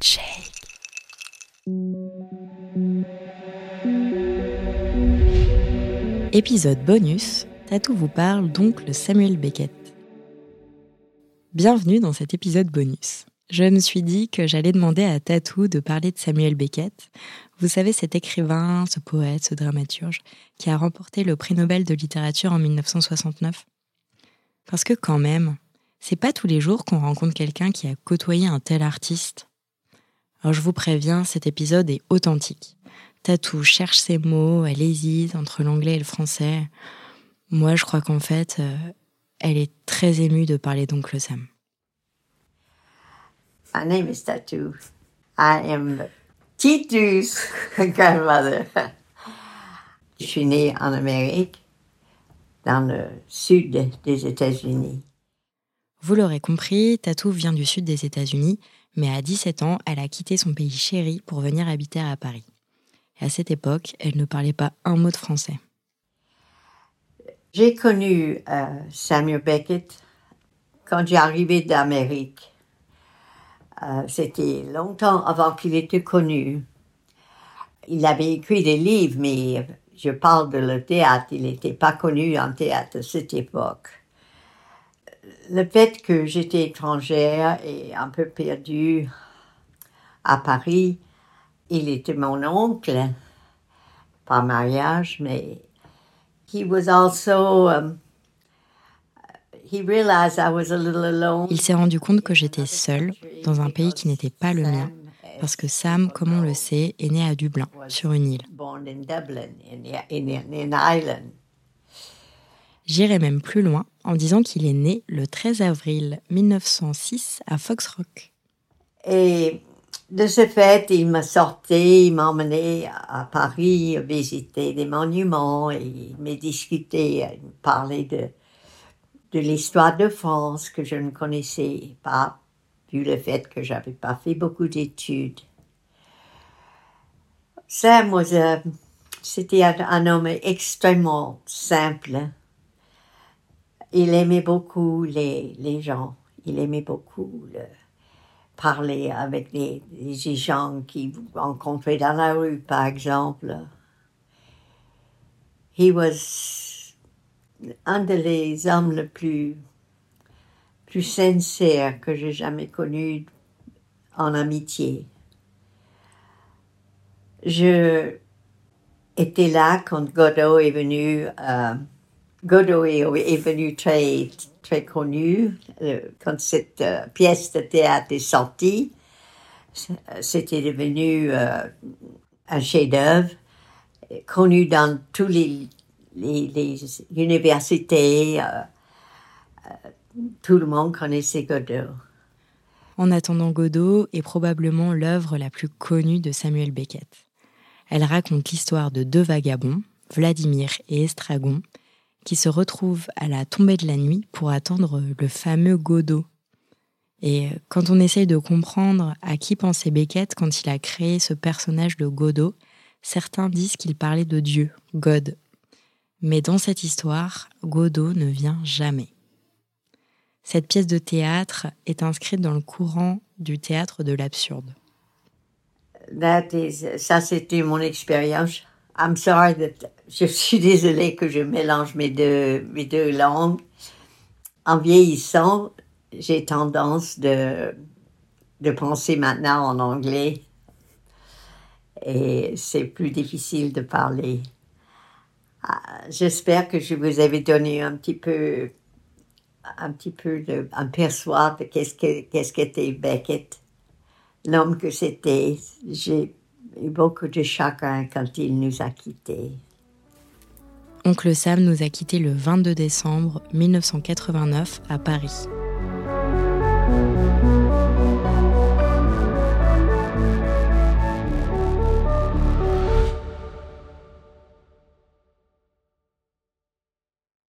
Shake. Épisode bonus, Tatou vous parle d'oncle Samuel Beckett. Bienvenue dans cet épisode bonus. Je me suis dit que j'allais demander à Tatou de parler de Samuel Beckett. Vous savez, cet écrivain, ce poète, ce dramaturge, qui a remporté le prix Nobel de littérature en 1969. Parce que quand même, c'est pas tous les jours qu'on rencontre quelqu'un qui a côtoyé un tel artiste. Alors je vous préviens, cet épisode est authentique. Tatou cherche ses mots, elle hésite entre l'anglais et le français. Moi, je crois qu'en fait, elle est très émue de parler d'oncle Sam. My name is Tatou. I am Titu's grandmother. Je suis née en Amérique, dans le sud des États-Unis. Vous l'aurez compris, Tatou vient du sud des États-Unis, mais à 17 ans, elle a quitté son pays chéri pour venir habiter à Paris. Et à cette époque, elle ne parlait pas un mot de français. J'ai connu Samuel Beckett quand j'ai arrivé d'Amérique. C'était longtemps avant qu'il était connu. Il avait écrit des livres, mais je parle de le théâtre. Il n'était pas connu en théâtre à cette époque. Le fait que j'étais étrangère et un peu perdue à Paris, il était mon oncle, par mariage, mais he was also, he realized I was a little alone. Il s'est rendu compte que j'étais seule, dans un pays qui n'était pas le mien, parce que Sam, comme on le sait, est né à Dublin, sur une île. Born in Dublin, in Ireland. J'irai même plus loin en disant qu'il est né le 13 avril 1906 à Foxrock. Et de ce fait, il m'a emmené à Paris visiter des monuments et il m'a discuté, il me parlait de l'histoire de France que je ne connaissais pas, vu le fait que j'avais pas fait beaucoup d'études. Sam c'était un homme extrêmement simple. Il aimait beaucoup les gens. Il aimait beaucoup parler avec les gens qu'il rencontrait dans la rue, par exemple. He was un des hommes le plus sincères que j'ai jamais connu en amitié. Je étais là quand Godot est venu. Godot est venu très connu quand cette pièce de théâtre est sortie. C'était devenu un chef-d'œuvre connu dans toutes les universités. Tout le monde connaissait Godot. En attendant, Godot est probablement l'œuvre la plus connue de Samuel Beckett. Elle raconte l'histoire de deux vagabonds, Vladimir et Estragon, qui se retrouvent à la tombée de la nuit pour attendre le fameux Godot. Et quand on essaye de comprendre à qui pensait Beckett quand il a créé ce personnage de Godot, certains disent qu'il parlait de Dieu, God. Mais dans cette histoire, Godot ne vient jamais. Cette pièce de théâtre est inscrite dans le courant du théâtre de l'absurde. Ça, c'était mon expérience. I'm sorry je suis désolée que je mélange mes deux langues. En vieillissant, j'ai tendance de penser maintenant en anglais et c'est plus difficile de parler. J'espère que je vous avais donné un petit peu un perçoit de qu'est-ce qu'était Beckett, l'homme que c'était. J'ai eu beaucoup de chagrin quand il nous a quittés. Oncle Sam nous a quittés le 22 décembre 1989 à Paris.